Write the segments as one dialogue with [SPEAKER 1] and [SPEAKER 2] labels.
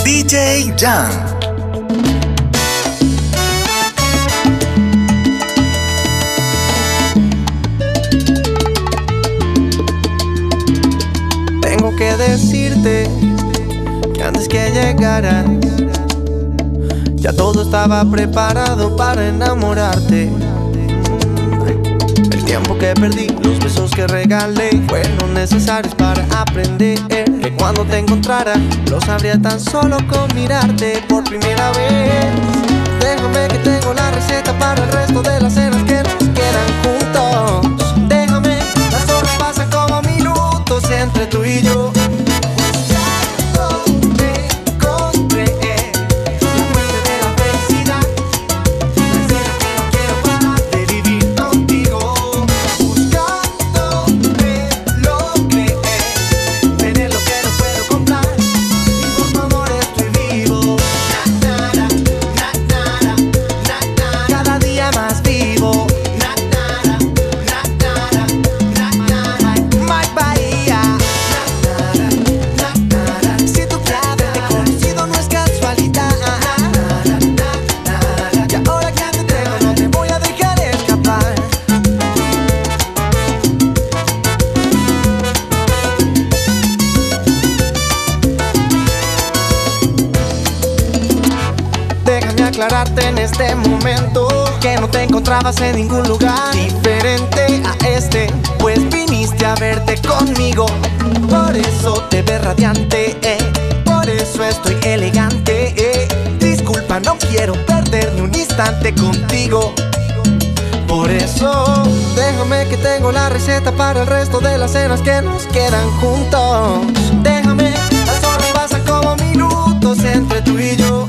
[SPEAKER 1] DJ Jan.
[SPEAKER 2] Tengo que decirte que antes que llegaras ya todo estaba preparado para enamorarte. El tiempo que perdí, los besos que regalé fueron necesarios para aprender que cuando te encontrara lo sabría tan solo con mirarte por primera vez. Déjame que tengo la receta para el resto de las cenas que nos quedan juntos. Déjame, las horas pasan como minutos entre tú y yo. Aclararte en este momento que no te encontrabas en ningún lugar diferente a este, pues viniste a verte conmigo. Por eso te ves radiante, por eso estoy elegante. Disculpa, no quiero perder ni un instante contigo. Por eso déjame que tengo la receta para el resto de las cenas que nos quedan juntos. Déjame, las horas pasan como minutos entre tú y yo.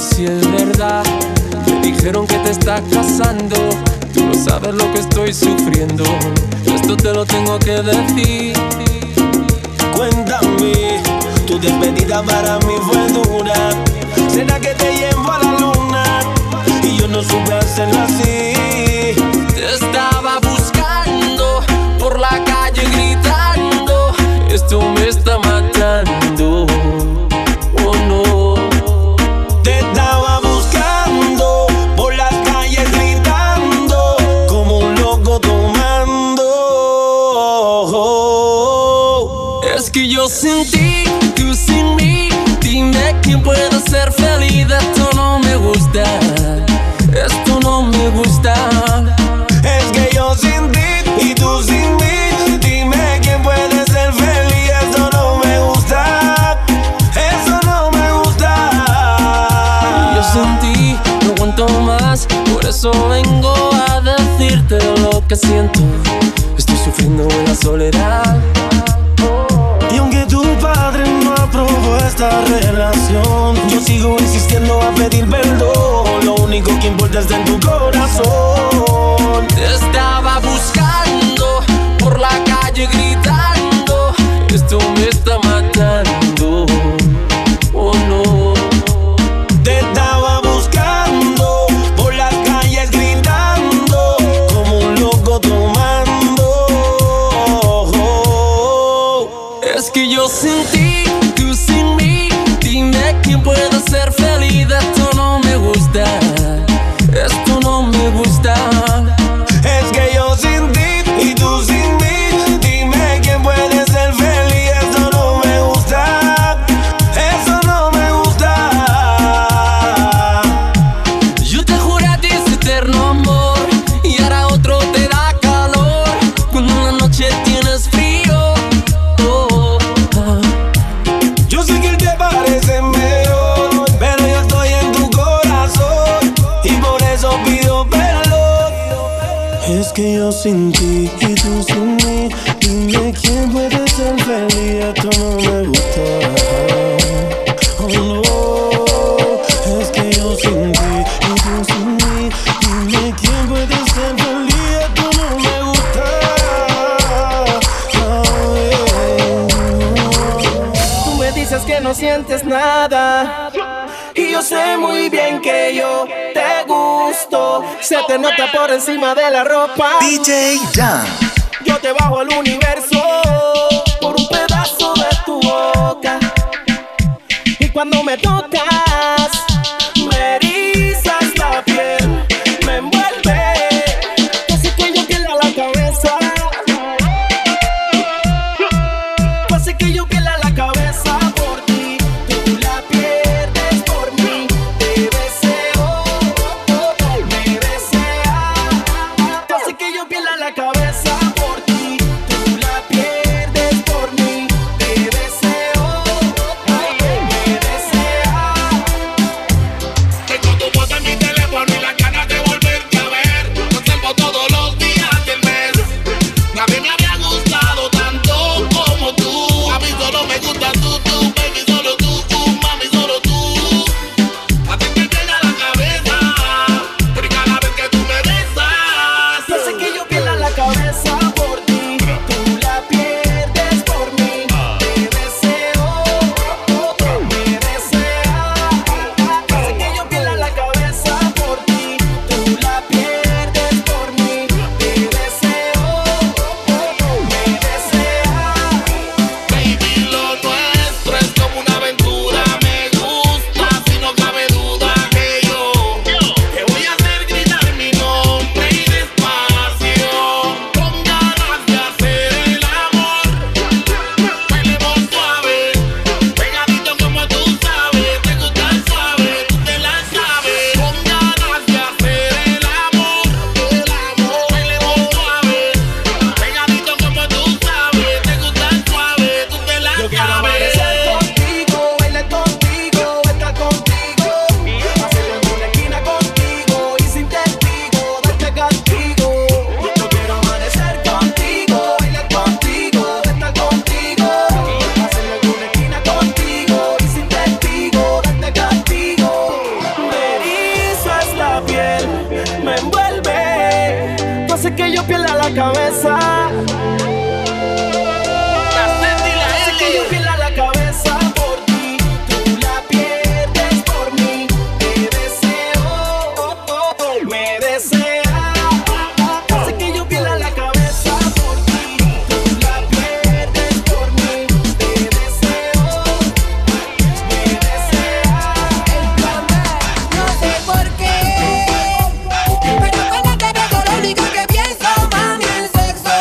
[SPEAKER 1] si es verdad. Me dijeron que te estás casando. Tú no sabes lo que estoy sufriendo. Esto te lo tengo que decir.
[SPEAKER 3] Cuéntame, tu despedida para mí fue dura. ¿Será que te llevo a la luna? Y yo no supe hacerlo así.
[SPEAKER 1] Te estaba buscando por la calle gritando. Esto me está matando. Oh no.
[SPEAKER 3] Te estaba buscando por las calles gritando como un loco tomando.
[SPEAKER 1] Es que yo sin ti, tú sin mí. Dime quién puede ser feliz. Esto no me gusta. Esto no me gusta.
[SPEAKER 3] Es que yo sin ti y tú sin mí. Dime quién puede ser feliz. Eso no me gusta. Eso no me gusta.
[SPEAKER 1] Yo sin ti no aguanto más. Por eso vengo a decirte lo que siento. Estoy sufriendo en la soledad.
[SPEAKER 3] Y aunque tu padre no aprobó esta relación, yo sigo insistiendo a pedir perdón. Lo único que importa está en tu corazón.
[SPEAKER 1] Te estaba buscando por la calle gritando. Esto me está matando. Oh no.
[SPEAKER 3] Te estaba buscando por las calles gritando como un loco tomando.
[SPEAKER 1] Es que yo sin ti, tú sin mí. Dime quién puede ser feliz. Esto no me gusta. Esto no me gusta.
[SPEAKER 3] Es que yo sin ti y tú sin mí. Dime quién puede ser feliz. Eso no me gusta. Eso no me gusta.
[SPEAKER 1] Yo te juré a ti ese eterno amor y ahora otro te da calor cuando en la noche tienes frío. Oh, ah.
[SPEAKER 3] Yo sé que él te parece mejor, pero yo estoy en tu corazón y por eso pido perdón. Es que yo sin ti y tú sin mí. Dime quién puede ser feliz. Esto no me gusta. Oh no. Es que yo sin ti y tú sin mí. Dime quién puede ser feliz. Esto no me gusta.
[SPEAKER 2] Tú me dices que no sientes nada y yo sé muy bien que yo te gusto. Se te nota por encima de la ropa.
[SPEAKER 4] DJ Jan.
[SPEAKER 2] Yo te bajo al universo por un pedazo de tu boca. Y cuando me tocas, me erizas la piel, me envuelve, casi que yo pierda la cabeza. Casi que yo pierda la cabeza por ti. Tú la pierdes por mí. Te deseo, me deseas. Casi que yo pierda la cabeza por ti. Tú la pierdes por mí. Te deseo, me deseas.
[SPEAKER 3] Que cuando botas mi teléfono
[SPEAKER 2] la cabeza. Hace que yo pierda la cabeza por ti. Tú la pierdes por mí. Te deseo, me desea. Hace que yo pierda la cabeza por ti. Tú la pierdes por mí. Te deseo, me desea. El plan B.
[SPEAKER 4] No sé por qué, pero cuando te veo lo único que pienso, mami, es sexo.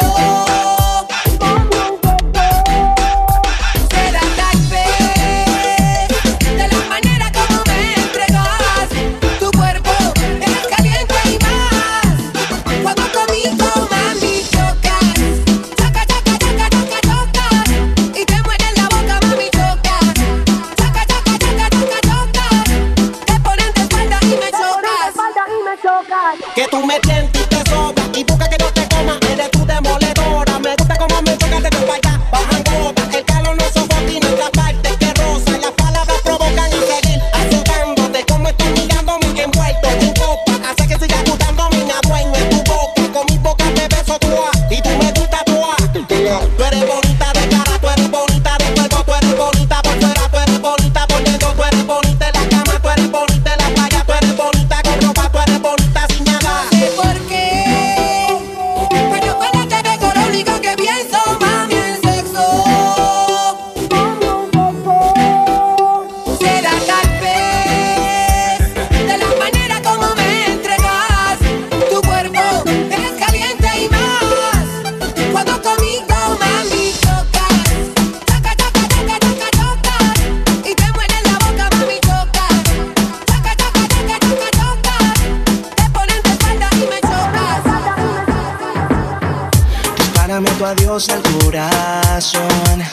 [SPEAKER 4] Será tal vez de la manera como me entregas tu cuerpo, eres caliente y más. Cuando conmigo, mami, chocas, chaca, chaca, chaca, chaca, chocas, y te mueres la boca, mami, chocas, chaca, chaca, chaca, chaca, chocas, te pones de espalda y me chocas.
[SPEAKER 2] Que tú me tientes y te sobras y busca que yo te coma. Eres tú demoledora. Me gusta como me tocas desde pa' allá. Bajan gotas, el calor no sofoca y nuestra parte que rosa. Las palabras provocan a seguir azotándote. Como estoy mirándome envuelto en copa. Hace que siga gustándome y me adueño en tu boca. Con mi boca te beso tú y tú me gustas tú. Tú eres bonita de cara, tú eres bonita de cuerpo, tú eres bonita por fuera, tú eres bonita por dentro, tú eres bonita en la cama, tú eres bonita en la playa, tú eres bonita con ropa, tú eres bonita sin nada.
[SPEAKER 4] No sé por qué, pero cuando te veo lo único que pienso, mami, es sexo. Será tal vez de la manera como me entregas tu cuerpo, eres caliente y más. Cuando conmigo, mami, chocas, chaca, chaca, chaca, chaca, chocas, y te mueres la boca, mami, chocas, chaca, chaca, chaca, chaca, chocas, te pones de espalda y me chocas.
[SPEAKER 2] Dispárame tu adiós al corazón.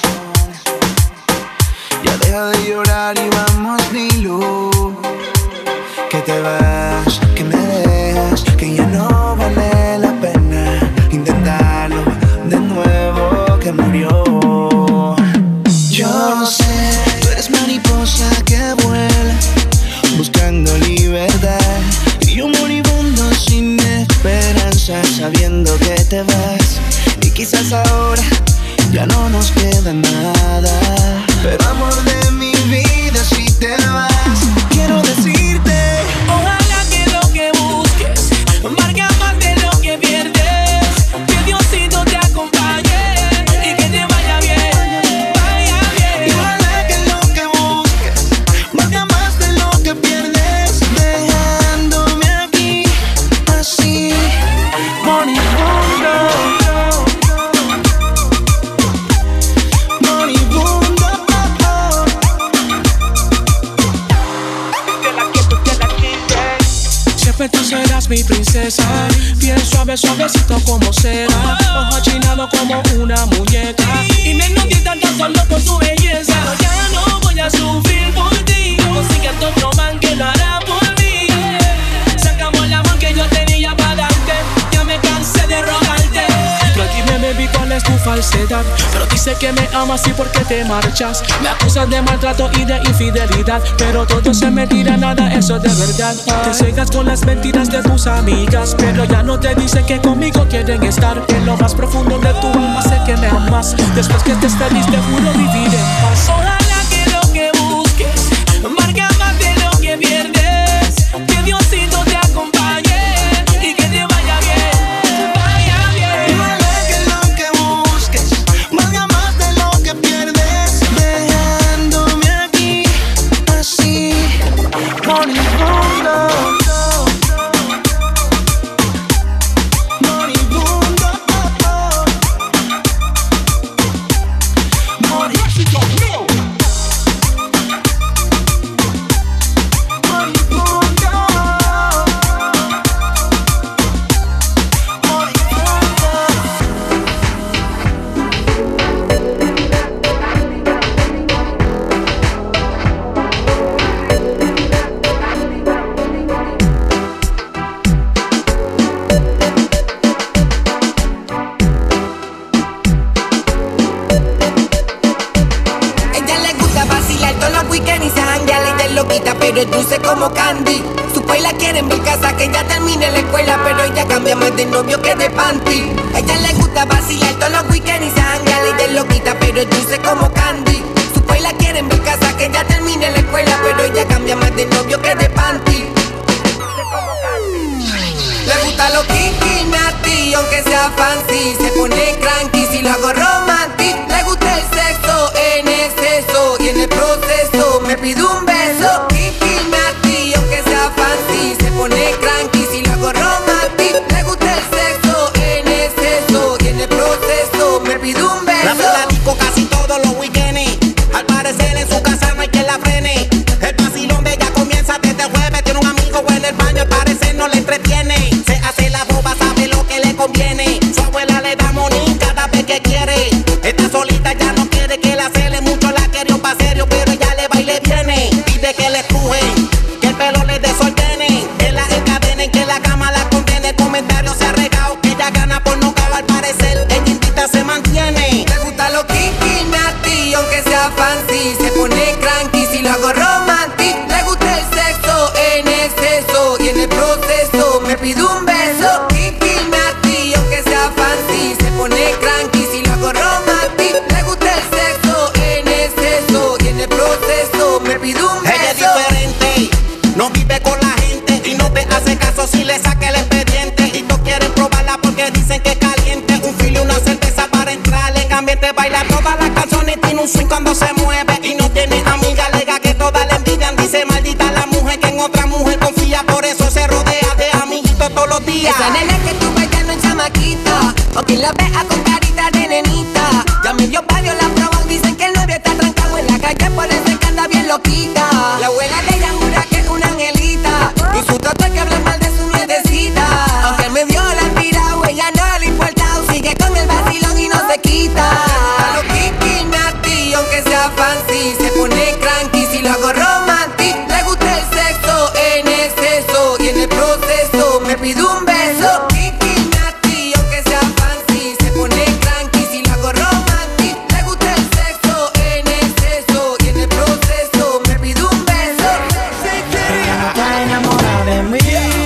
[SPEAKER 2] Ya deja de llorar y vamos, Nilu. Que te vas, que me dejas, que ya no vale la pena intentarlo de nuevo, que murió. Yo sé, tú eres mariposa que vuela buscando libertad, y yo moribundo sin esperanza, sabiendo que te vas. Y quizás ahora ya no nos queda nada, pero amor de mi vida, si te vas, quiero decirte:
[SPEAKER 3] Ojalá que lo que busques marca más de lo que pierdes. Que Diosito te acompañe y que te vaya bien, vaya bien.
[SPEAKER 2] ojalá que lo que busques valga más de lo que pierdes, dejándome aquí así, moribundo, moribundo.
[SPEAKER 3] Siempre tú serás mi princesa, bien suave, suavecito como seda, ojo chinado como una muñeca, y me enamoré tanto solo por tu belleza. Pero ya no voy a sufrir por ti, consigue otro man que lo hará por mí. Se acabó el amor que yo tenía para darte, ya me cansé de rogarte. Pero dime, baby, cuál es tu falsedad, pero dice que me amas y por qué te marchas. Me acusas de maltrato y de infidelidad, pero todo se mentira, nada eso es de verdad. Te cegas con las mentiras de tus amigas, pero ya no te dicen que conmigo quieren estar. En lo más profundo de tu alma sé que me amas. Después que estés feliz te juro vivir en paz. Ojalá que lo que busques marca más de lo que pierdes. Que Diosito te acompañe y que te vaya bien, vaya bien.
[SPEAKER 2] Ojalá que lo que busques valga más de lo que pierdes, dejándome aquí así, moribundo, moribundo,
[SPEAKER 4] Ella le gusta vacilar todos los weekends y se janguea y de loquita, pero es dulce como candy. Su país la quieren ver casa, que ya termine la escuela, pero ella cambia más de novio que de panty. A ella le gusta vacilar todos los weekends y se janguea. Ella es loquita, pero es dulce como candy. Su país la quieren ver casa, que ya termine la escuela, pero ella cambia más de novio que de panty. Le gusta lo kiki, nati, aunque sea fancy. Se pone cranky si lo hago romantic. Le gusta el sexo en exceso y en el proceso me pide un beso. Kiki, nati, aunque sea fancy. Se pone cranky si lo hago romantic. Le gusta el sexo en exceso y en el proceso me pide un beso.
[SPEAKER 2] La platico casi todos los weekends. Al parecer en su casa no hay quien la frene. El vacilón de ella comienza desde el jueves. Tiene un amigo en el baño, al parecer no le entretiene. Se hace la boba, sabe lo que le conviene. Su abuela le da money cada vez que quiere. Está solita, ya no quiere que la cele mucho. La querió pa' serio, pero ella le va y le viene. Pide que le estrujen, que el pelo le desordene, que la encadenen, que la cama la condene. El comentario se ha regado, que ella gana por no caber. Al parecer, ella invita se mantiene.
[SPEAKER 4] Le gusta lo kiki, nati, aunque sea fancy. Se pone cranky si lo hago romantic. Le gusta el sexo en exceso y en el proceso me pide un beso. Kiki, nati, aunque sea fancy. Se pone cranky si lo hago romantic. Le gusta el sexo en exceso y en el proceso me pide un beso.
[SPEAKER 2] Ella es diferente, no vive con la gente y no te hace caso si le saca el expediente. Y no quieren probarla porque dicen que es caliente. Un filo y una cerveza para entrar en ambiente. Baila todas las canciones, tiene un swing cuando se mueve. Y no tiene amiga, alega que todas le envidian. Dice maldita la mujer que en otra mujer confía. Por eso se rodea de amiguitos todos los días.
[SPEAKER 4] Esa nena que tú ves ya no es chamaquita, o quien la vea con carita de nenita. Ya medio barrio la proban, dicen que el novio está trancado en la calle, por eso es que anda bien loquita. La abuela de ella jura que es una angelita, y su trato es que habla mal de su nietecita. Aunque me dio la tirado, ella no le importa, sigue con el vacilón y no se quita. A los kiki, nati, aunque sea fancy. Se pone cranky si lo hago romantic. Le gusta el sexo en exceso y en el proceso me pide un beso. Kiki, nati, aunque sea fancy. Se pone cranky si lo hago romantic. Le gusta el sexo en exceso y en el proceso me pide un beso.
[SPEAKER 5] Ella no está enamorada de mí,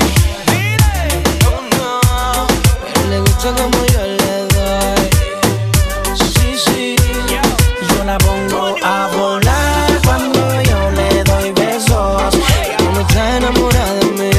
[SPEAKER 5] pero le gusta como yo le doy. Sí, sí, yo la pongo a volar cuando yo le doy besos. Ella no está enamorada de mí.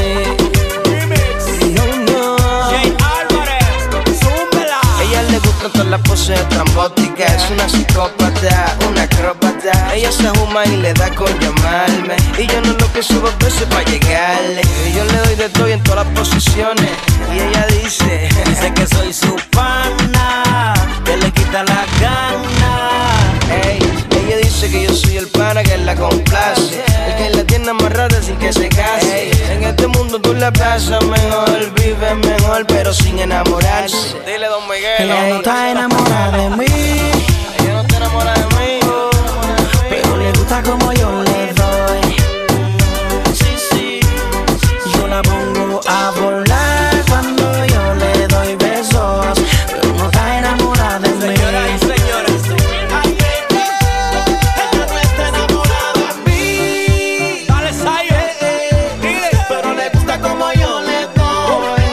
[SPEAKER 5] Ella le gustan todas las poses estrambóticas. Es una psicópata, una acróbata. Ella se ahuma y le da con llamarme. Y yo no lo pienso dos veces para llegarle. Y yo le doy de todo y en todas las posiciones. Y ella dice que soy su pana, que le quita la gana. Ey, ella dice que yo soy el pana que la complace, el que la tiene amarrada sin que se case. Ey, en este mundo tú la pasas mejor, vives mejor, pero sin enamorarse. Dile, Don Miguel. Ella no está enamorada de mí. Ella no está enamorada de mí, pero le gusta como yo le doy. Sí, sí, yo la pongo a volar cuando yo le doy besos, pero no está enamorada de mí. Señoras y señores, ella no está enamorada de mí. Dale, Sayo, dile, pero le gusta como yo le doy.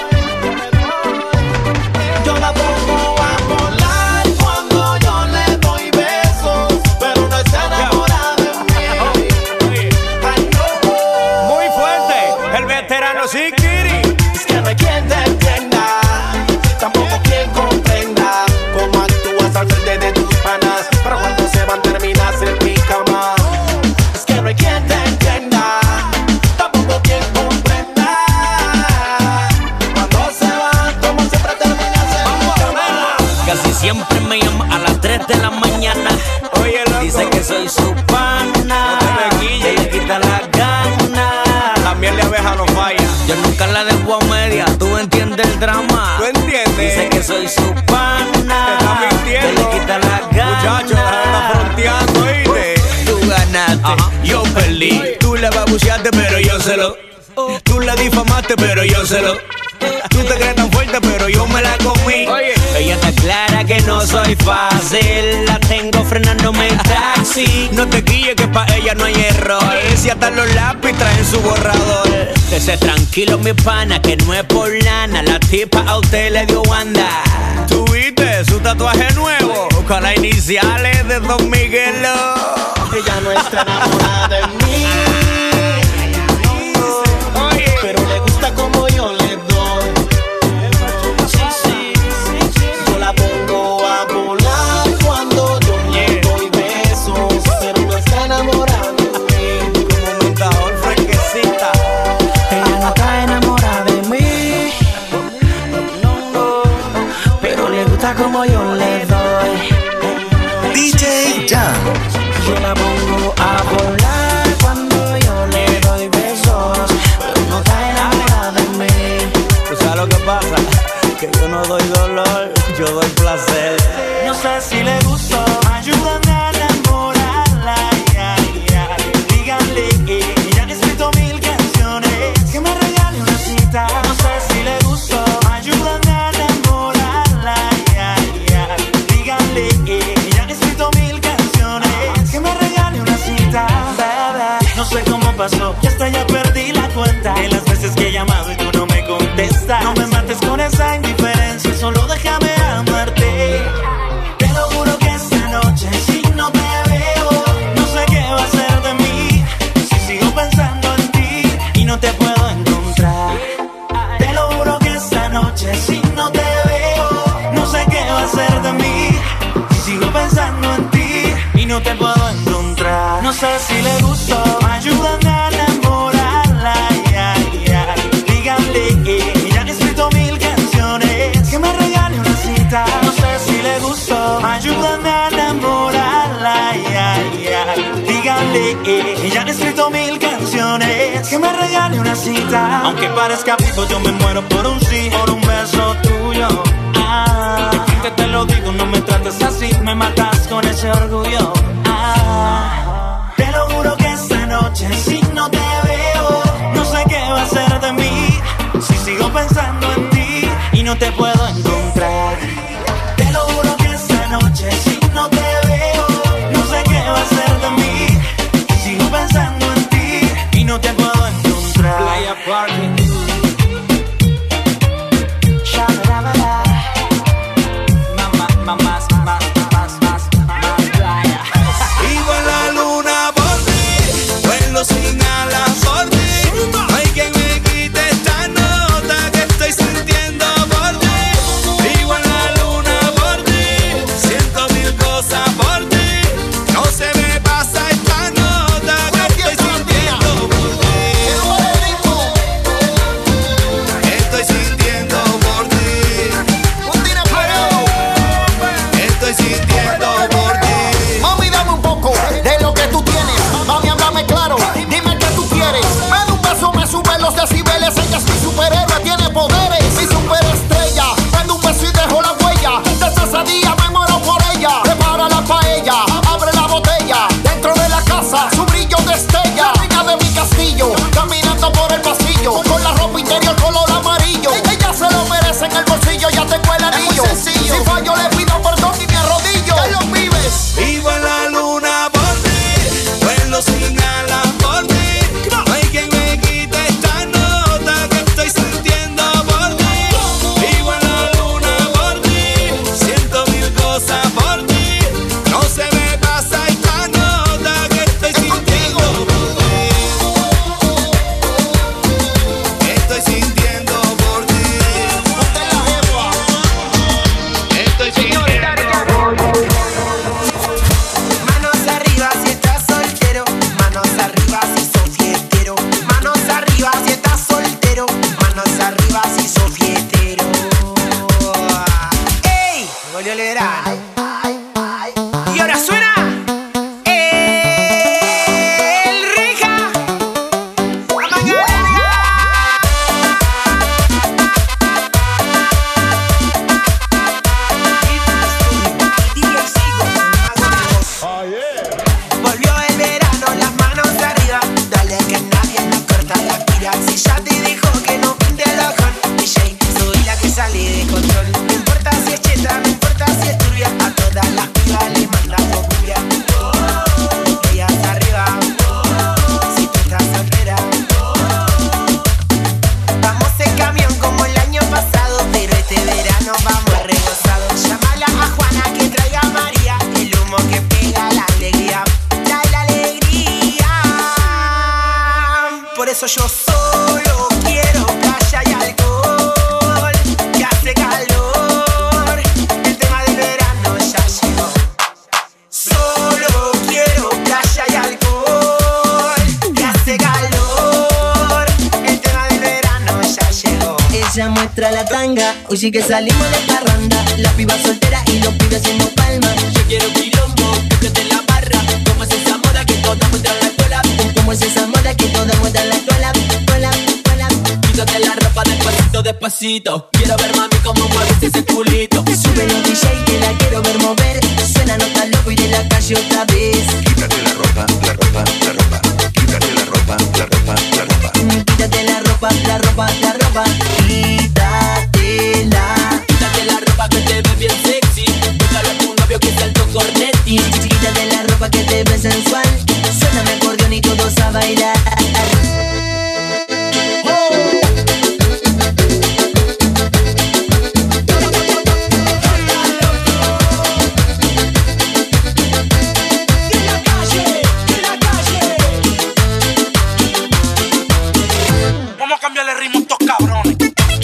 [SPEAKER 5] Yo la pongo a volar cuando yo le doy besos, pero no está enamorada de mí. Ay, no.
[SPEAKER 3] Muy fuerte, el veterano Sikiri.
[SPEAKER 2] Es que no hay quien te entienda, tampoco quien comprenda cómo actúas al frente de tus panas, pero cuando se van terminas en mi cama. Es que no hay quien te entienda, tampoco quien comprenda cuando se van, como siempre terminas en mi cama.
[SPEAKER 6] Casi siempre me llama a las 3 de la mañana.
[SPEAKER 3] Oye, loco,
[SPEAKER 6] Dice que soy su pana,
[SPEAKER 3] No te me guilles.
[SPEAKER 6] que le quita la gana.
[SPEAKER 3] la miel de abeja no falla.
[SPEAKER 6] Yo nunca la dejo a media, tú entiendes el drama.
[SPEAKER 3] ¿Tú entiendes?
[SPEAKER 6] Dice que soy su pana,
[SPEAKER 3] Te está mintiendo.
[SPEAKER 6] que le quita la gana.
[SPEAKER 3] Muchacho, la está fronteando, ¿oíste?
[SPEAKER 6] Tú ganaste, yo perdí. Tú la babuceaste, pero yo se lo. Tú la difamaste, pero yo se lo. Tú te crees tan fuerte, pero yo me la comí.
[SPEAKER 3] Oye.
[SPEAKER 6] Ella está clara que no soy fácil. La tengo frenándome el taxi. No te guilles que pa' ella no hay error. Si hasta los lápiz traen su borrador. Que se tranquilo mi pana, que no es por lana. La tipa a usted le dio banda. ¿Tuviste su tatuaje nuevo? Con las iniciales de Don Miguelo.
[SPEAKER 2] Ella no está enamorada de mí, pero le gusta como yo le doy. Yo la pongo a volar cuando yo le doy besos, pero no está enamorada de mí.
[SPEAKER 6] Como un montador fresquecita.
[SPEAKER 2] Ella no está enamorada de mí, pero le gusta como yo le doy.
[SPEAKER 7] DJ Jam.
[SPEAKER 2] Yo la pongo a volar cuando yo le doy besos, pero no está enamorada de mí.
[SPEAKER 6] ¿Tú sabes lo que pasa? Que yo no doy dolor, yo doy placer.
[SPEAKER 2] No sé si le gustó, ayúdame a enamorarla, díganle, ella han escrito 1000 canciones, que me regale una cita. No sé si le gustó, ayúdame a enamorarla, díganle, ella han escrito 1000 canciones, que me regale una cita. Bebé, no sé cómo pasó, que hasta ya perdí la cuenta de las veces que he llamado y tú no me contestas. No me mates con esa indiferencia, solo déjame amarte. Te lo juro que esta noche si no te veo, no sé qué va a ser de mí. Si sigo pensando en ti y no te puedo encontrar. Te lo juro que esta noche si no te veo, no sé qué va a ser de mí. Si sigo pensando en ti y no te puedo encontrar. No sé si le gustó, ayúdame a enamorarla, díganle, ella han escrito 1000 canciones, que me regale una cita. No sé si le gustó, ayúdame a enamorarla, díganle, ella han escrito 1000 canciones, que me regale una cita. Aunque parezca vivo, yo me muero por un sí, por un beso tuyo. De frente te lo digo, no me trates así, me matas con ese orgullo. Te lo juro que esta noche si no te veo, no sé qué va a ser de mí. Si sigo pensando en ti y no te puedo encontrar. Te lo juro que esta noche si no te veo, no sé qué va a ser de mí. Si sigo pensando en ti y no te puedo encontrar.
[SPEAKER 6] Playa Party.
[SPEAKER 3] Vivo en la luna por ti, vuelo sin alas por ti. No hay quien me quite esta nota que estoy sintiendo por ti. Vivo en la luna por ti, siento 1000 cosas por ti. No se me pasa esta nota que estoy sintiendo por ti. Estoy sintiendo por ti. Estoy sintiendo por ti.
[SPEAKER 8] Mami, dame un poco de lo que tú tienes. Mami, háblame claro, dime qué tú quieres. eso yo solo quiero playa y alcohol, que hace calor, el tema del verano ya llegó. Solo quiero playa y alcohol, que hace calor, el tema del verano ya llegó.
[SPEAKER 9] Ella muestra la tanga, hoy sí que salimos de parranda, la piba soltera y los pibes haciendo palmas. Yo quiero quilombo, que te la barra, como es esa moda que toda muestra la escuela, como es esa moda que toda muestra la escuela, escuela, escuela. Quítate la ropa despacito, despacito, quiero ver mami cómo mueves ese culito. Sube los DJ que la quiero ver mover, suena nota loco y de la calle otra vez.
[SPEAKER 7] Quítate la ropa, la ropa, la ropa. Quítate la ropa, la ropa, la ropa.
[SPEAKER 9] Quítate la ropa, la ropa, la ropa. Quítate la ropa que te ve bien sexy. Búscalo a tu novio que es alto cornetti. Quítate la ropa que te ve sensual. Suena mi acordeón y todos a bailar.
[SPEAKER 8] Vamos a cambiarle ritmo a estos cabrones.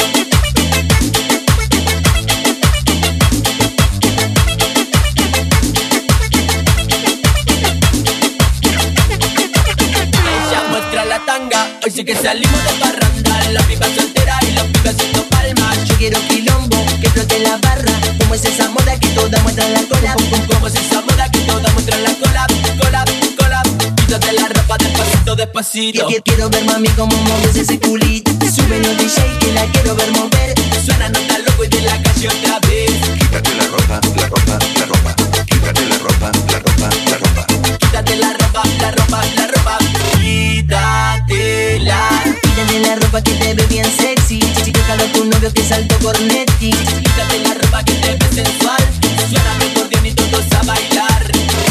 [SPEAKER 9] Ella muestra la tanga, hoy sí que salimos de parranda, la piba soltera y los pibes haciendo palmas. Yo quiero quilombo, que flote la barra, como es esa moda que toda muestra la cola, como es esa moda que toda muestra la cola, cola, cola. Quítate la ropa despacito, despacito. Quiero ver mami cómo mueves ese culito. Sube los DJ que la quiero ver mover, suena nota loco y de la calle otra vez.
[SPEAKER 7] Quítate la ropa, la ropa, la ropa. Quítate la ropa, la ropa, la ropa.
[SPEAKER 9] Quítate la ropa, la ropa, la ropa. Quítate la ropa que te ve bien sexy. Búscalo a tu novio que es alto cornetti. Quítate la ropa que te ve sensual. Suena mi acordeón y todos a bailar.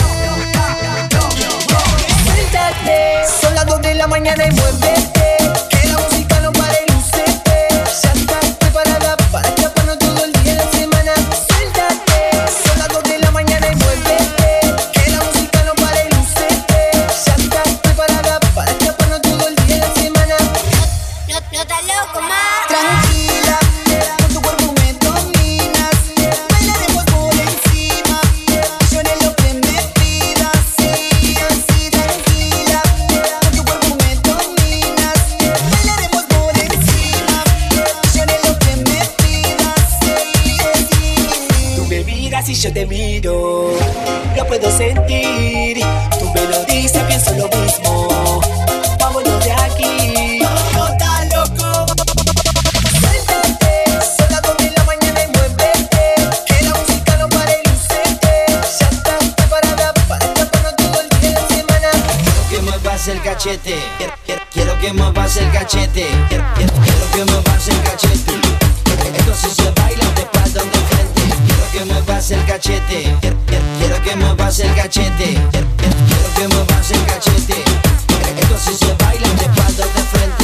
[SPEAKER 9] Suéltate.
[SPEAKER 8] Son las 2 de la mañana y muévete, que la música no para y lucete. Ya estás preparada para escaparnos todo el día en la semana. Suéltate. Son las 2 de la mañana y muévete, que la música no para y lucete. Ya estás preparada para escaparnos todo el día en la semana.
[SPEAKER 4] No estás loco, más.
[SPEAKER 8] Tranquila, con tu cuerpo me dominas. Bailaremos por encima, yo haré lo que me pidas. Sí, así tranquila, con tu cuerpo me dominas. Bailaremos por encima, yo haré lo que me pidas. Sí, sí. Tú me miras y yo te miro, lo puedo sentir. Tú me lo dices, pienso lo mismo. Vámonos de aquí. No estás loco. Suéltate, son las 2 de la mañana y muévete, que la música no para y lucete. Ya estás preparada para escaparnos todo el día en la semana.
[SPEAKER 5] Quiero que muevas el cachete. Quiero que muevas el cachete. Quiero que muevas el cachete. Esto sí se baila de espalda de frente. Quiero que muevas el cachete. Quiero que muevas el cachete. Quiero que muevas el cachete. Esto sí se baila de espalda de frente.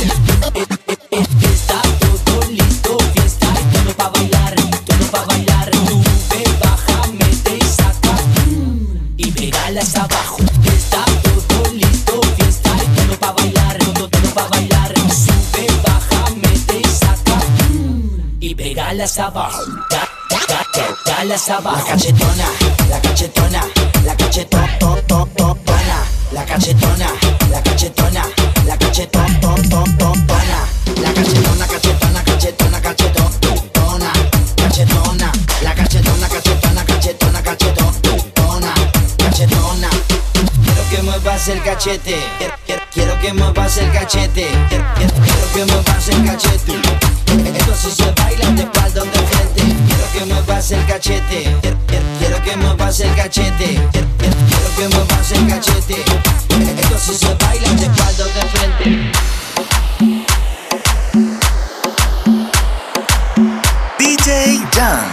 [SPEAKER 9] Está todo listo, fiesta y todo pa' bailar, todo pa' bailar. Sube, baja, mete y saca, y pégala hasta abajo. Está todo listo, fiesta y todo pa' bailar, todo pa' bailar. Sube, baja, mete y saca, y pégala hasta abajo. Dale hasta abajo.
[SPEAKER 5] La cachetona, la cachetona, la cachetona, la cachetona, la cachetona, la cachetona, la cachetona, cachetona, cachetona, cachetona, cachetona, la cachetona, cachetona, cachetona, cachetona, cachetona. Quiero que muevas el cachete, quiero que muevas el cachete, quiero que muevas el cachete. Esto sí se baila de espalda de frente. Quiero que muevas el cachete, quiero que muevas el cachete, quiero que muevas el cachete. Esto sí se baila de espalda de frente.
[SPEAKER 7] DJ Jan.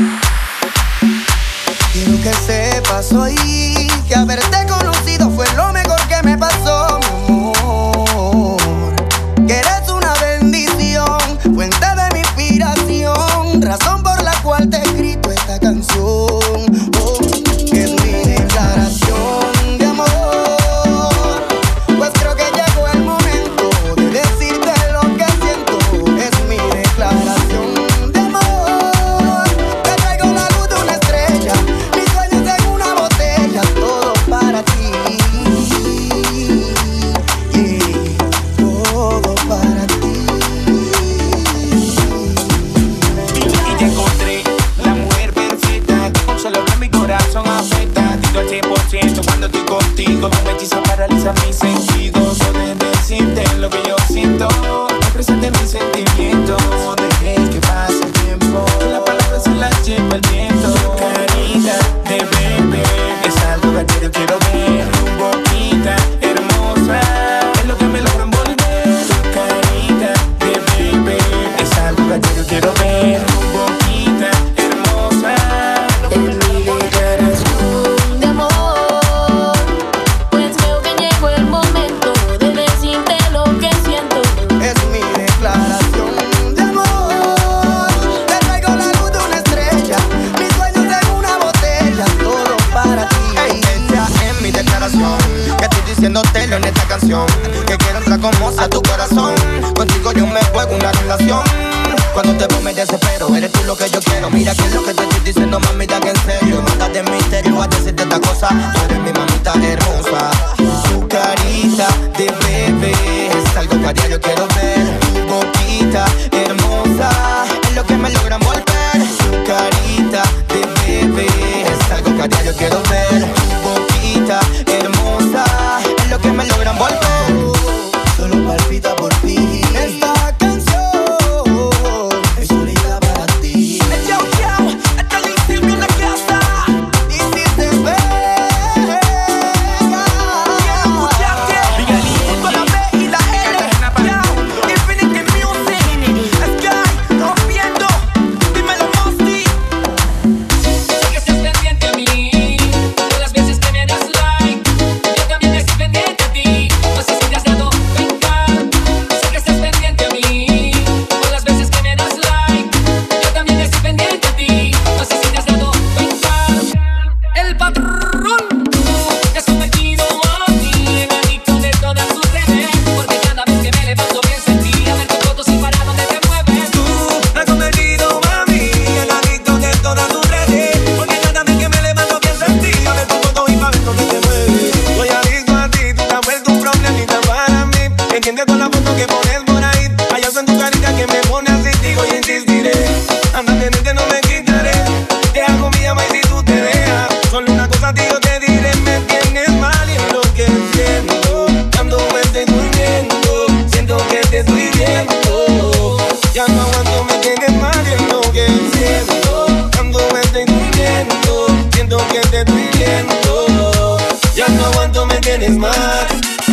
[SPEAKER 2] Quiero que sepas hoy que haberte conocido fue lo mejor que me pasó, mi amor. Que eres una bendición, fuente de mi inspiración, razón por la cual te he escrito esta canción. Oh, que es mi declaración de amor, pues creo que llegó el
[SPEAKER 10] quiero entrar como a tu corazón. Contigo yo me juego una relación. Cuando te veo me desespero, eres tú lo que yo quiero. Mira que es lo que te estoy diciendo, mamita, que en serio. Mátate de misterio a decirte esta cosa. Tú eres mi mamita hermosa. Tu carita de bebé es algo que a diario quiero ver. Tu boquita hermosa es lo que me logra envolver. Tu carita de bebé es algo que a diario quiero ver. Tu boquita hermosa es lo que me logra envolver. Solo palpita por ti. Esta canción es solita para ti. Yo, hasta Licilvio en la casa. Y si te pega, quiero escucharte. Con la B y la L. Yo, Infinity Music. Sky, rompiendo. Dímelo, Mosty.
[SPEAKER 1] Sé que estás pendiente a mí. Todas las veces que me das like, yo también estoy pendiente a ti. No sé si te has dado cuenta. Sé que estás pendiente a mí. Todas las veces que me das like, yo también estoy pendiente a ti. No sé si te has dado cuenta. El patrón, tú te has convertido a mí en adicto de todas tus redes. Porque cada vez que me levanto pienso en ti. A ver tus fotos y para dónde te mueves.
[SPEAKER 3] Tú has convertido a mí en adicto de todas tus redes. Porque cada vez que me levanto pienso en ti. A ver tu foto y pa' ver dónde te mueves. Soy adicto a ti, tú te has vuelto un problemita para mí. Entiende con la foto que pones por ahí. Hay algo en tu carita que me pone así, digo y insistiré. Anda pendiente, no me quitaré. Te hago mi ama y si tú te dejas. Solo una cosa a ti yo te diré. Me tienes mal y es lo que siento. Cuando me estoy durmiendo, siento que te estoy viendo. Ya no aguanto, me tienes mal y es lo que siento. Cuando me estoy durmiendo, siento que te estoy viendo. Ya no aguanto, me tienes mal.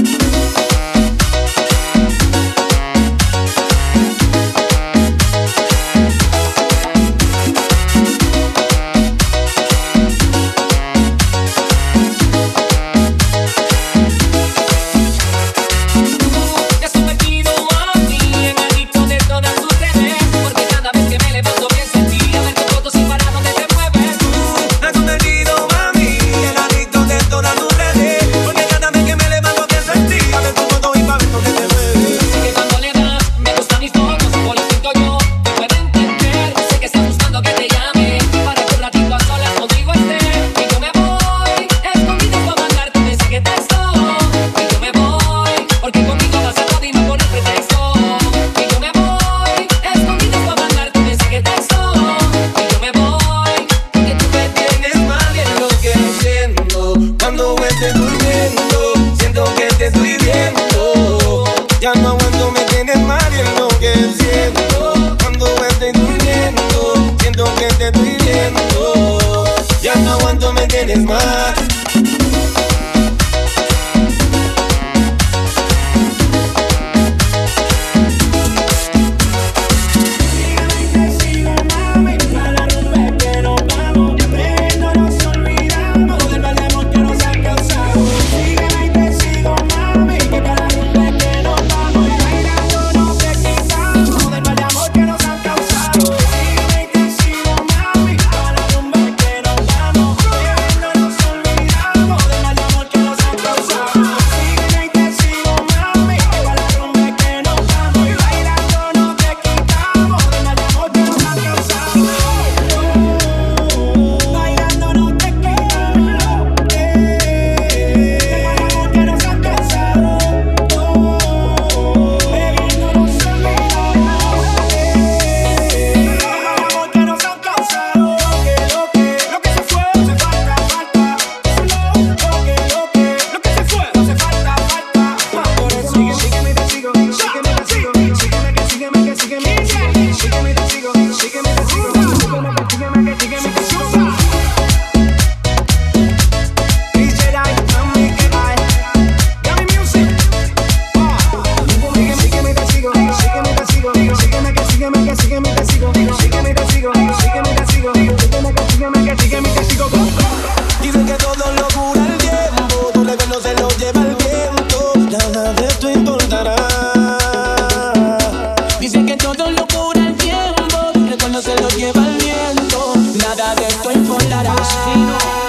[SPEAKER 1] Te has convertido a mí en adicto de todas tus redes. Porque cada vez que me levanto pienso en ti. A ver tus fotos y para dónde te mueves.
[SPEAKER 3] Has convertido a mí en adicto de todas tus redes. Porque cada vez que me levanto pienso en ti. A ver tu foto y pa' ver dónde te mueves.
[SPEAKER 1] Sé que cuando le das me gustan mis fotos. Por lo siento yo, te puedo entender. Sé que estás buscando que te llame para que un ratito a solas contigo esté. Y yo me voy escondido para mandarte un mensaje texto. Y yo me voy porque conmigo vas a todo y no por el pretexto. Y yo me voy escondido para mandarte un mensaje texto. Y yo me voy porque tú me tienes mal y es lo que
[SPEAKER 3] Siento cuando me estoy durmiendo, siento que te estoy viendo. Ya no aguanto, me tienes mal y es lo que siento. Cuando me estoy durmiendo, siento que te estoy viendo. Ya no aguanto, me tienes mal.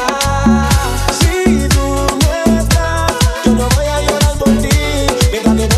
[SPEAKER 3] Si tú no estás, yo no voy a llorar por ti. Mientras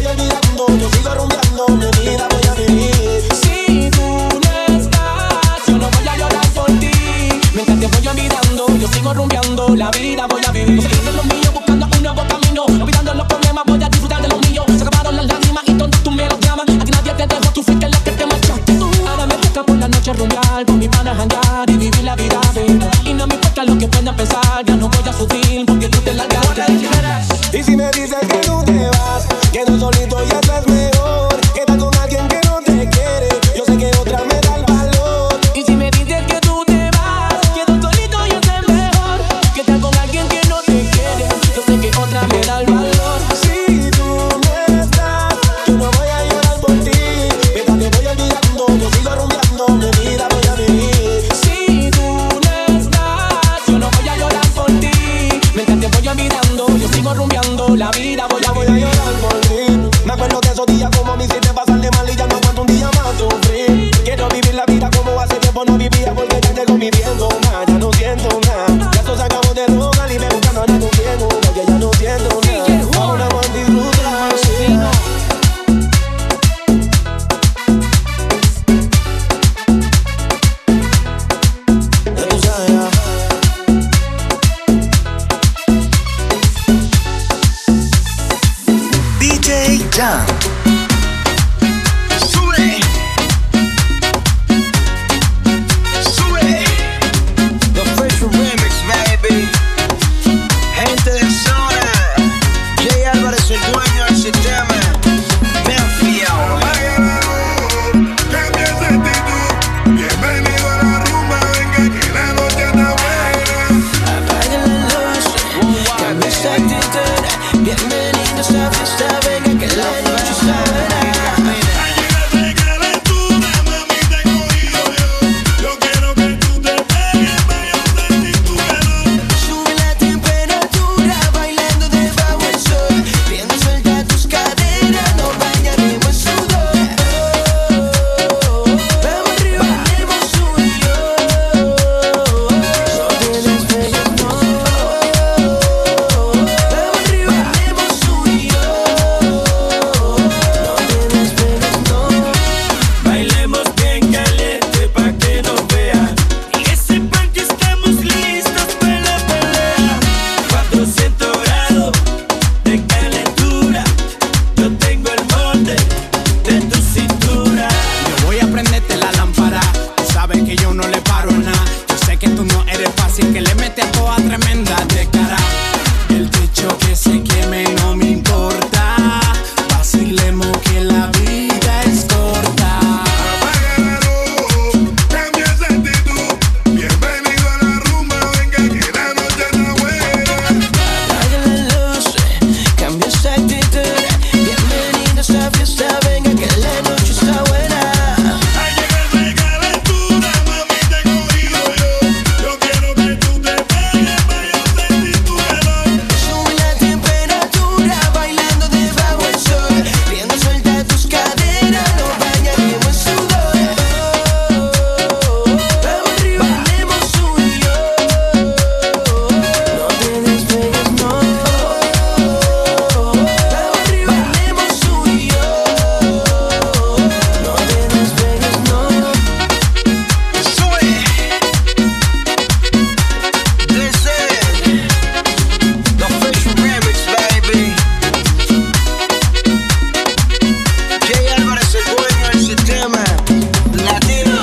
[SPEAKER 3] ves mejor. Queda con alguien que no te quiere. Yo sé que otra me da el valor.
[SPEAKER 9] Y si me dices que tú te vas, quedo solito, yo sé mejor. Que estás con alguien que no te quiere. Yo sé que otra me da el valor.
[SPEAKER 3] Si tú no estás, yo no voy a llorar por ti. Mientras te voy olvidando, yo sigo rumbeando, mi vida voy a vivir.
[SPEAKER 9] Si tú no estás, yo no voy a llorar por ti. Mientras te voy olvidando, yo sigo rumbeando, la vida voy a
[SPEAKER 3] Voy a llorar por ti. Me acuerdo de esos días como me hiciste pasarle mal y ya no aguanto un día más sufrir. Quiero vivir la vida como hace tiempo no vivía, porque ya llegó mi tiempo, ya no siento nada. Ya esto se acabó de rogar y me buscando ahora no quiero, porque ya no siento nada. Ahora voy a disfrutar, sí. Ya tú sabes, ya.
[SPEAKER 2] DJ Jam.
[SPEAKER 6] Sube. Sube. The Official Remix, baby. Gente de zona. Jay Álvarez, el dueño del sistema. Bien fiel.
[SPEAKER 11] Cambia esa actitud. Bienvenido a la rumba. Venga que la noche está buena.
[SPEAKER 9] Apaga la luz, cambia esa actitud. Bienvenido a esta fiesta, venga que la noche está buena.
[SPEAKER 11] Hay que calentura, mami, te he cogido yo. Yo quiero que tú te pegues, pa' yo sentir tu calor.
[SPEAKER 9] Sube la temperatura, bailando debajo del sol. Viendo suelta tus caderas, nos bañaremos en sudor. Vamos arriba, bailemos tú y yo. No te despegues, no. Vamos arriba, bailemos tú y yo. No te despegues, no.
[SPEAKER 3] Bailemos bien caliente pa' que nos vean y que sepan que estamos listos para la pelea. 400 grados de calentura, yo tengo el molde de tu cintura.
[SPEAKER 6] Yo voy a prenderte la lámpara. Tú sabes que yo no le paro nada. Yo sé que tú no eres fácil, que le metes a toda tremenda de cara. El techo que se queme no me importa. Vacilemos que la vida es corta.
[SPEAKER 11] Apaga la luz, cambia esa actitud. Bienvenido a la rumba. Venga que la noche está buena.
[SPEAKER 9] Apaga la luz, cambia esa actitud. Bienvenido a esta fiesta, venga que la noche está buena.
[SPEAKER 11] Hay que calentura, mami, te he cogido yo. Yo quiero que tú te pegues, pa' yo sentir tu calor.
[SPEAKER 9] Sube la temperatura, bailando debajo del sol. Viendo suelta tus caderas, nos bañaremos en sudor. Vamos arriba, bailemos tú y yo. No te despegues, no. Vamos arriba, bailemos tú y yo. No te despegues, no.
[SPEAKER 6] Sube. This is the Official Remix, baby. Jay Álvarez, el dueño del sistema latino.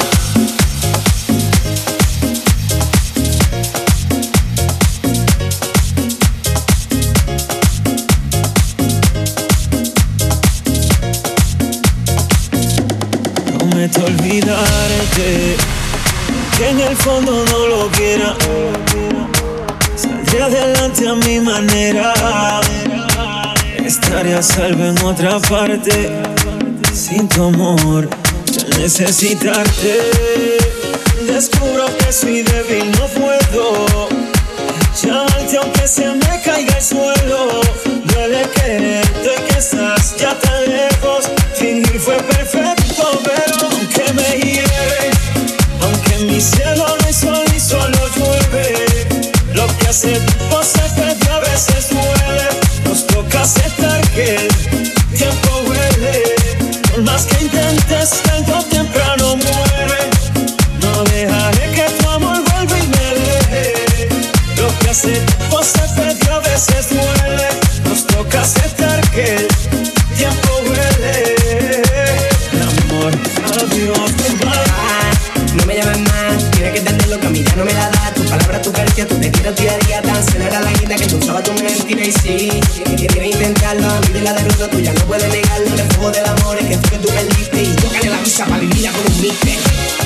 [SPEAKER 3] Prometo olvidarte, que en el fondo no lo quiera. Saldré adelante a mi manera. Estaré a salvo en otra parte. Sin tu amor, ya necesitarte. Descubro que soy débil, no puedo llamarte aunque se me caiga el suelo. Duele quererte y que estás ya tan lejos. Fingir fue perfecto, pero aunque me hiere, aunque en mi cielo no hay sol ni solo llueve, lo que hace tiempo se perdió a veces duele. Nos toca aceptar que el tiempo huele. Por más que intentes, tarde o temprano muere. No dejaré que tu amor vuelva y me deje. Lo que hace tiempo se perdió a veces duele. Nos toca aceptar que el tiempo huele. Amor, adiós, goodbye.
[SPEAKER 9] No me llames más, tienes que darte lo que a mí ya no me la da. Tu palabra, tu caricia, tu te quiero día a día. Tan cena era la guinda que tú usabas tu mentira y sí. Quiere intentarlo, a mí de la derrota tuya no puede negarlo. El fuego del amor es que fue que tú perdiste y tócale la visa para vivirla con un mister.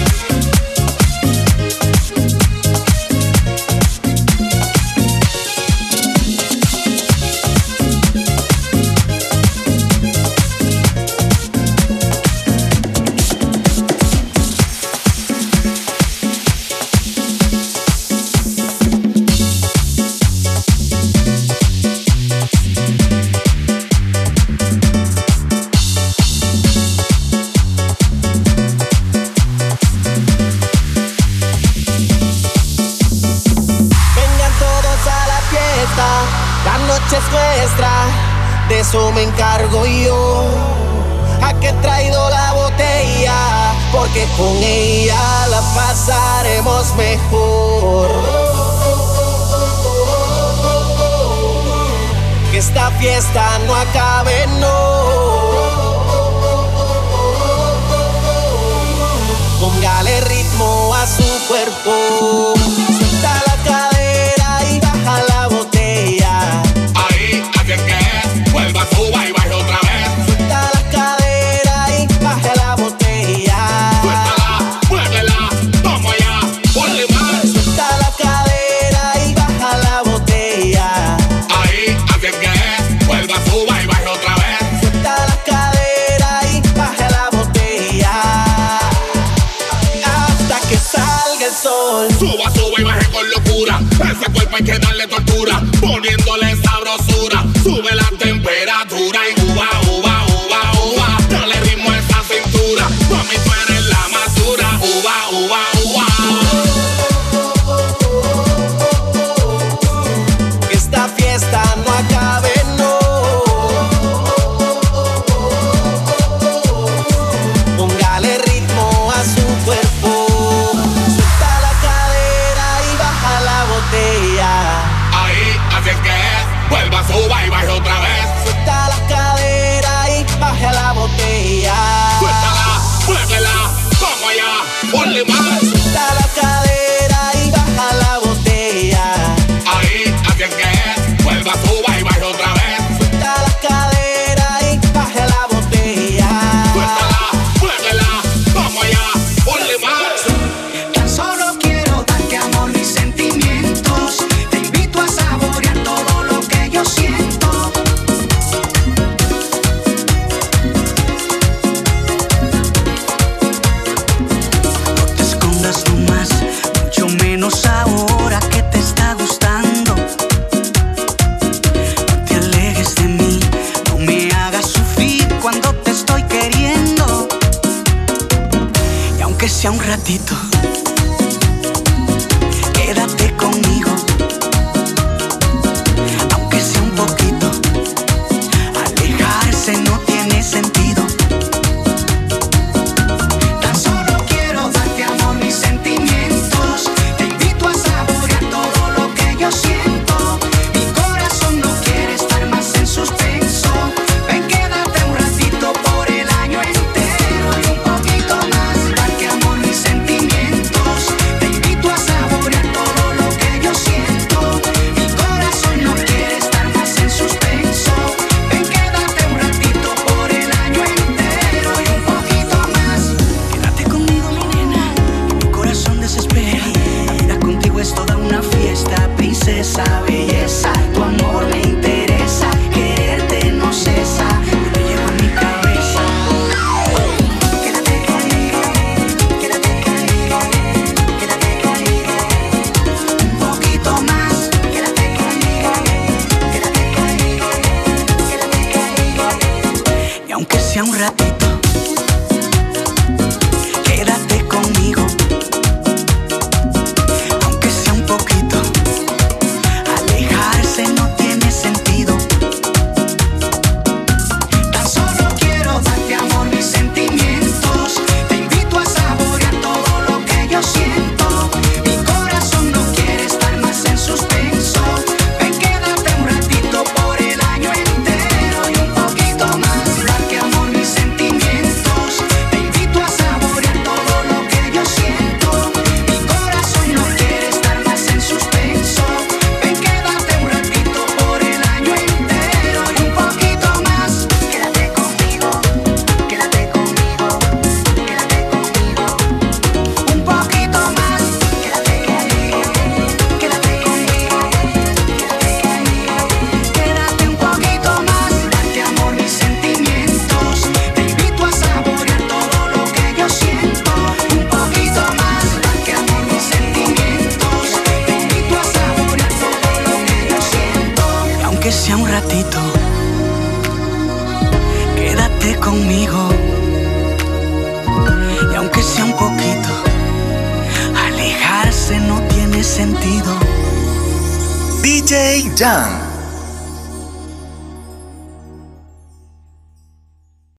[SPEAKER 2] De eso me encargo yo. ¿A qué he traído la botella? Porque con ella la pasaremos mejor. Que esta fiesta no acabe, no. Póngale ritmo a su cuerpo. Suelta la cadera y baja la botella.
[SPEAKER 11] Vuelva, suba y baje otra vez.
[SPEAKER 2] Suelta la cadera y baje la botella.
[SPEAKER 11] Suéltala, muévela, vamos allá, ponle más.
[SPEAKER 2] Suelta la cadera y baja la botella.
[SPEAKER 11] Ahí, así es que es. Vuelva, suba y baje otra vez.
[SPEAKER 2] Suelta la cadera y baje la botella. Hasta que salga el sol.
[SPEAKER 11] Suba, suba y baje con locura. Ese cuerpo hay que darle tortura, poniéndole sabrosura. Sube la temperatura y uva, uva, uva, uva. Dale ritmo a esa cintura. Mami, tú eres la más dura. Uva, uva, uva.
[SPEAKER 2] Que esta fiesta no acabe, no. Póngale ritmo a su cuerpo. Suelta la cadera y baja la botella.
[SPEAKER 11] Ahí, así es que es. Vuelva, suba y baje otra vez.
[SPEAKER 2] Suelta la cadera y baje la botella.
[SPEAKER 11] Suéltala, muévela, vamos allá, ponle más.
[SPEAKER 2] Suelta la cadera y baja la botella.
[SPEAKER 11] Ahí, así es que es. Vuelva, suba y baje otra vez.
[SPEAKER 2] Suelta la cadera y baje la botella.
[SPEAKER 11] Suéltala, muévela, vamos allá, ponle más.
[SPEAKER 9] Tan solo quiero darte amor y sentimientos. Te invito a saborear todo lo que yo siento. No te escondas nomás, mucho menos ahora que te está gustando. No te alejes de mí, no me hagas sufrir cuando te estoy queriendo. Y aunque sea un ratito, quédate conmigo. Aunque sea un poquito, alejarse no tiene sentido. Tan solo quiero darte amor y sentimientos. Te invito a saborear todo lo que yo siento. Mi corazón no quiere estar más en suspenso. Ven, quédate un ratito por el año entero y un poquito más. Darte amor y sentimientos. Te invito a saborear todo lo que yo siento. Mi corazón no quiere estar más en suspenso. Ven, quédate un ratito por el año entero y un poquito más. Quédate conmigo, mi nena, que mi corazón desespera. La vida contigo es toda una fiesta, princesa, belleza. Tu amor me interesa, quererte no cesa. Te llevo en mi cabeza. Quédate conmigo, quédate conmigo, quédate conmigo. Un poquito más. Quédate conmigo, quédate conmigo, quédate conmigo. Y aunque sea un ratito, quédate conmigo. Aunque sea un poquito, alejarse no tiene sentido. Tan solo quiero darte amor y sentimientos. Te invito a saborear todo lo que yo siento. Mi corazón no quiere estar más en suspenso. Ven, quédate un ratito por el año entero y un poquito más. Darte amor y sentimientos.
[SPEAKER 12] poquito. Alejarse no tiene sentido.
[SPEAKER 13] DJ Jan.